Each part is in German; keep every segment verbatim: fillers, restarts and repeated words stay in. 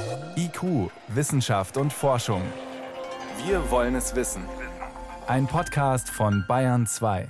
I Q, Wissenschaft und Forschung. Wir wollen es wissen. Ein Podcast von Bayern zwei.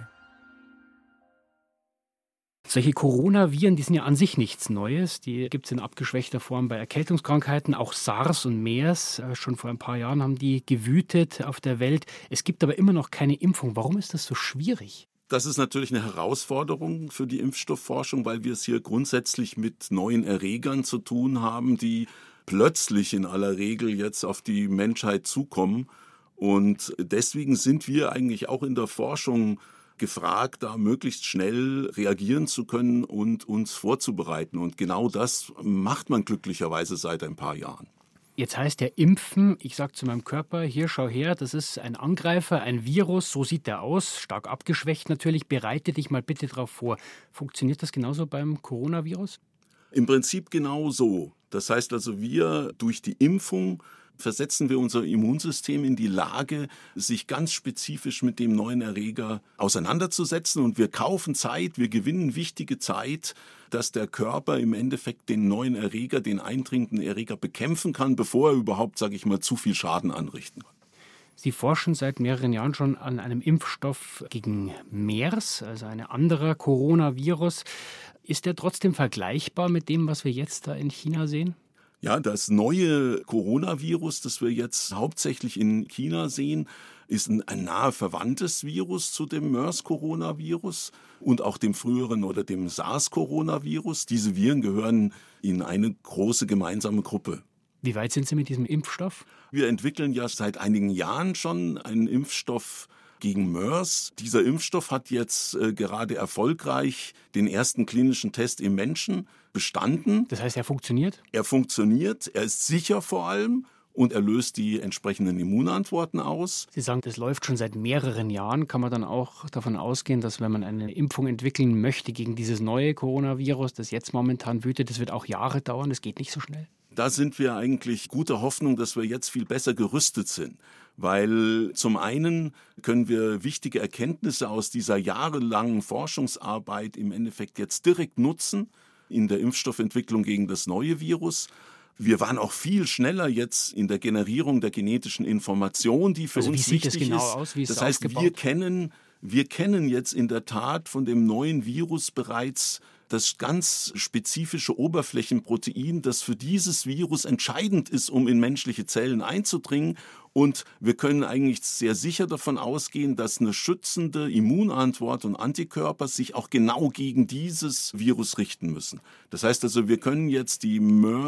Solche Coronaviren, die sind ja an sich nichts Neues. Die gibt es in abgeschwächter Form bei Erkältungskrankheiten. Auch SARS und MERS, äh, schon vor ein paar Jahren haben die gewütet auf der Welt. Es gibt aber immer noch keine Impfung. Warum ist das so schwierig? Das ist natürlich eine Herausforderung für die Impfstoffforschung, weil wir es hier grundsätzlich mit neuen Erregern zu tun haben, die plötzlich in aller Regel jetzt auf die Menschheit zukommen. Und deswegen sind wir eigentlich auch in der Forschung gefragt, da möglichst schnell reagieren zu können und uns vorzubereiten. Und genau das macht man glücklicherweise seit ein paar Jahren. Jetzt heißt ja Impfen, ich sage zu meinem Körper, hier schau her, das ist ein Angreifer, ein Virus, so sieht der aus, stark abgeschwächt natürlich, bereite dich mal bitte darauf vor. Funktioniert das genauso beim Coronavirus? Im Prinzip genau so. Das heißt also, wir durch die Impfung versetzen wir unser Immunsystem in die Lage, sich ganz spezifisch mit dem neuen Erreger auseinanderzusetzen. Und wir kaufen Zeit, wir gewinnen wichtige Zeit, dass der Körper im Endeffekt den neuen Erreger, den eindringenden Erreger bekämpfen kann, bevor er überhaupt, sage ich mal, zu viel Schaden anrichten kann. Sie forschen seit mehreren Jahren schon an einem Impfstoff gegen MERS, also ein anderer Coronavirus. Ist der trotzdem vergleichbar mit dem, was wir jetzt da in China sehen? Ja, das neue Coronavirus, das wir jetzt hauptsächlich in China sehen, ist ein, ein nahe verwandtes Virus zu dem MERS-Coronavirus und auch dem früheren oder dem SARS-Coronavirus. Diese Viren gehören in eine große gemeinsame Gruppe. Wie weit sind Sie mit diesem Impfstoff? Wir entwickeln ja seit einigen Jahren schon einen Impfstoff gegen MERS. Dieser Impfstoff hat jetzt äh, gerade erfolgreich den ersten klinischen Test im Menschen bestanden. Das heißt, er funktioniert? Er funktioniert, er ist sicher vor allem und er löst die entsprechenden Immunantworten aus. Sie sagen, das läuft schon seit mehreren Jahren. Kann man dann auch davon ausgehen, dass wenn man eine Impfung entwickeln möchte gegen dieses neue Coronavirus, das jetzt momentan wütet, das wird auch Jahre dauern, das geht nicht so schnell? Da sind wir eigentlich guter Hoffnung, dass wir jetzt viel besser gerüstet sind. Weil zum einen können wir wichtige Erkenntnisse aus dieser jahrelangen Forschungsarbeit im Endeffekt jetzt direkt nutzen in der Impfstoffentwicklung gegen das neue Virus. Wir waren auch viel schneller jetzt in der Generierung der genetischen Information, die für also uns wie sieht wichtig es genau ist. Aus? Wie ist das es heißt, aufgebaut? wir kennen, wir kennen jetzt in der Tat von dem neuen Virus bereits das ganz spezifische Oberflächenprotein, das für dieses Virus entscheidend ist, um in menschliche Zellen einzudringen. Und wir können eigentlich sehr sicher davon ausgehen, dass eine schützende Immunantwort und Antikörper sich auch genau gegen dieses Virus richten müssen. Das heißt also, wir können jetzt die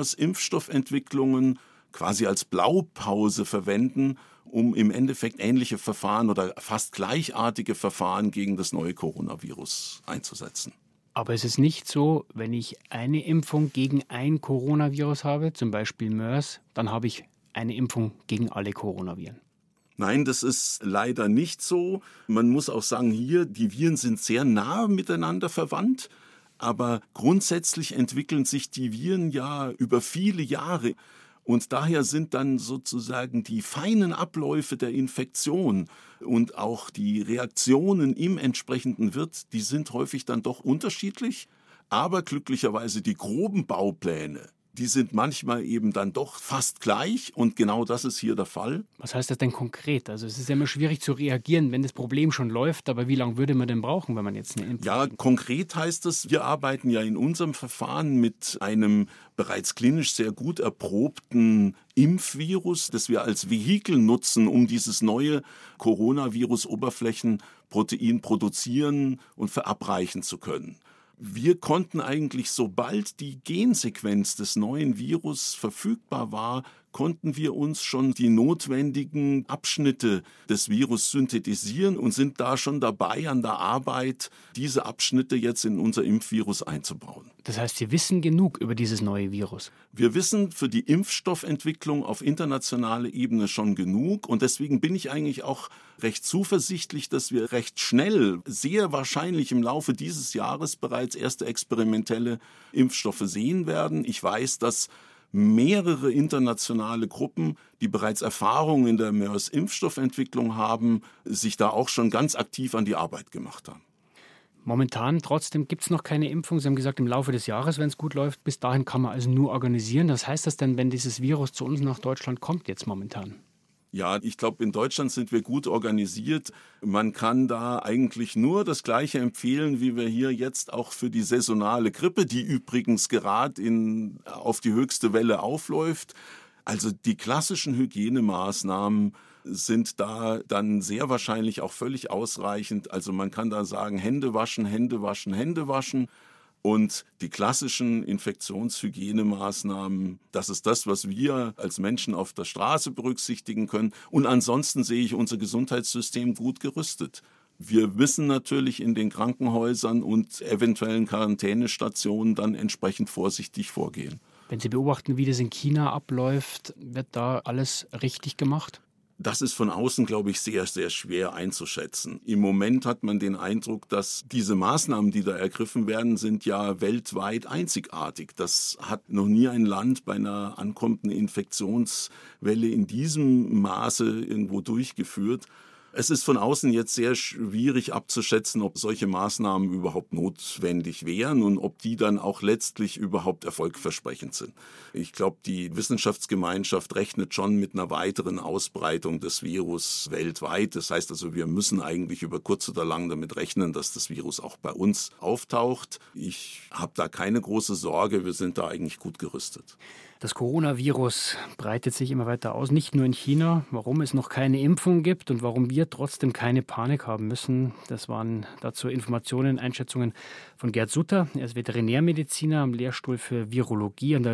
MERS-Impfstoffentwicklungen quasi als Blaupause verwenden, um im Endeffekt ähnliche Verfahren oder fast gleichartige Verfahren gegen das neue Coronavirus einzusetzen. Aber es ist nicht so, wenn ich eine Impfung gegen ein Coronavirus habe, zum Beispiel MERS, dann habe ich eine Impfung gegen alle Coronaviren. Nein, das ist leider nicht so. Man muss auch sagen, hier, die Viren sind sehr nah miteinander verwandt, aber grundsätzlich entwickeln sich die Viren ja über viele Jahre. Und daher sind dann sozusagen die feinen Abläufe der Infektion und auch die Reaktionen im entsprechenden Wirt, die sind häufig dann doch unterschiedlich. Aber glücklicherweise die groben Baupläne, die sind manchmal eben dann doch fast gleich und genau das ist hier der Fall. Was heißt das denn konkret? Also es ist ja immer schwierig zu reagieren, wenn das Problem schon läuft, aber wie lange würde man denn brauchen, wenn man jetzt eine Impfung... Ja, konkret heißt es, wir arbeiten ja in unserem Verfahren mit einem bereits klinisch sehr gut erprobten Impfvirus, das wir als Vehikel nutzen, um dieses neue Coronavirus-Oberflächenprotein produzieren und verabreichen zu können. Wir konnten eigentlich, sobald die Gensequenz des neuen Virus verfügbar war, konnten wir uns schon die notwendigen Abschnitte des Virus synthetisieren und sind da schon dabei an der Arbeit, diese Abschnitte jetzt in unser Impfvirus einzubauen. Das heißt, Sie wissen genug über dieses neue Virus? Wir wissen für die Impfstoffentwicklung auf internationaler Ebene schon genug und deswegen bin ich eigentlich auch recht zuversichtlich, dass wir recht schnell, sehr wahrscheinlich im Laufe dieses Jahres bereits erste experimentelle Impfstoffe sehen werden. Ich weiß, dass mehrere internationale Gruppen, die bereits Erfahrung in der MERS-Impfstoffentwicklung haben, sich da auch schon ganz aktiv an die Arbeit gemacht haben. Momentan trotzdem gibt es noch keine Impfung. Sie haben gesagt, im Laufe des Jahres, wenn es gut läuft, bis dahin kann man also nur organisieren. Was heißt das denn, wenn dieses Virus zu uns nach Deutschland kommt jetzt momentan? Ja, ich glaube, in Deutschland sind wir gut organisiert. Man kann da eigentlich nur das Gleiche empfehlen, wie wir hier jetzt auch für die saisonale Grippe, die übrigens gerade in, auf die höchste Welle aufläuft. Also die klassischen Hygienemaßnahmen sind da dann sehr wahrscheinlich auch völlig ausreichend. Also man kann da sagen, Hände waschen, Hände waschen, Hände waschen. Und die klassischen Infektionshygienemaaßnahmen, das ist das, was wir als Menschen auf der Straße berücksichtigen können. Und ansonsten sehe ich unser Gesundheitssystem gut gerüstet. Wir müssen natürlich in den Krankenhäusern und eventuellen Quarantänestationen dann entsprechend vorsichtig vorgehen. Wenn Sie beobachten, wie das in China abläuft, wird da alles richtig gemacht? Das ist von außen, glaube ich, sehr, sehr schwer einzuschätzen. Im Moment hat man den Eindruck, dass diese Maßnahmen, die da ergriffen werden, sind ja weltweit einzigartig. Das hat noch nie ein Land bei einer ankommenden Infektionswelle in diesem Maße irgendwo durchgeführt. Es ist von außen jetzt sehr schwierig abzuschätzen, ob solche Maßnahmen überhaupt notwendig wären und ob die dann auch letztlich überhaupt erfolgversprechend sind. Ich glaube, die Wissenschaftsgemeinschaft rechnet schon mit einer weiteren Ausbreitung des Virus weltweit. Das heißt also, wir müssen eigentlich über kurz oder lang damit rechnen, dass das Virus auch bei uns auftaucht. Ich habe da keine große Sorge, wir sind da eigentlich gut gerüstet. Das Coronavirus breitet sich immer weiter aus, nicht nur in China. Warum es noch keine Impfung gibt und warum wir trotzdem keine Panik haben müssen, das waren dazu Informationen, Einschätzungen von Gerd Sutter. Er ist Veterinärmediziner am Lehrstuhl für Virologie an der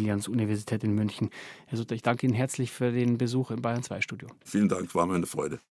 Ludwig-Maximilians-Universität in München. Herr Sutter, ich danke Ihnen herzlich für den Besuch im Bayern zwei Studio. Vielen Dank, war mir eine Freude.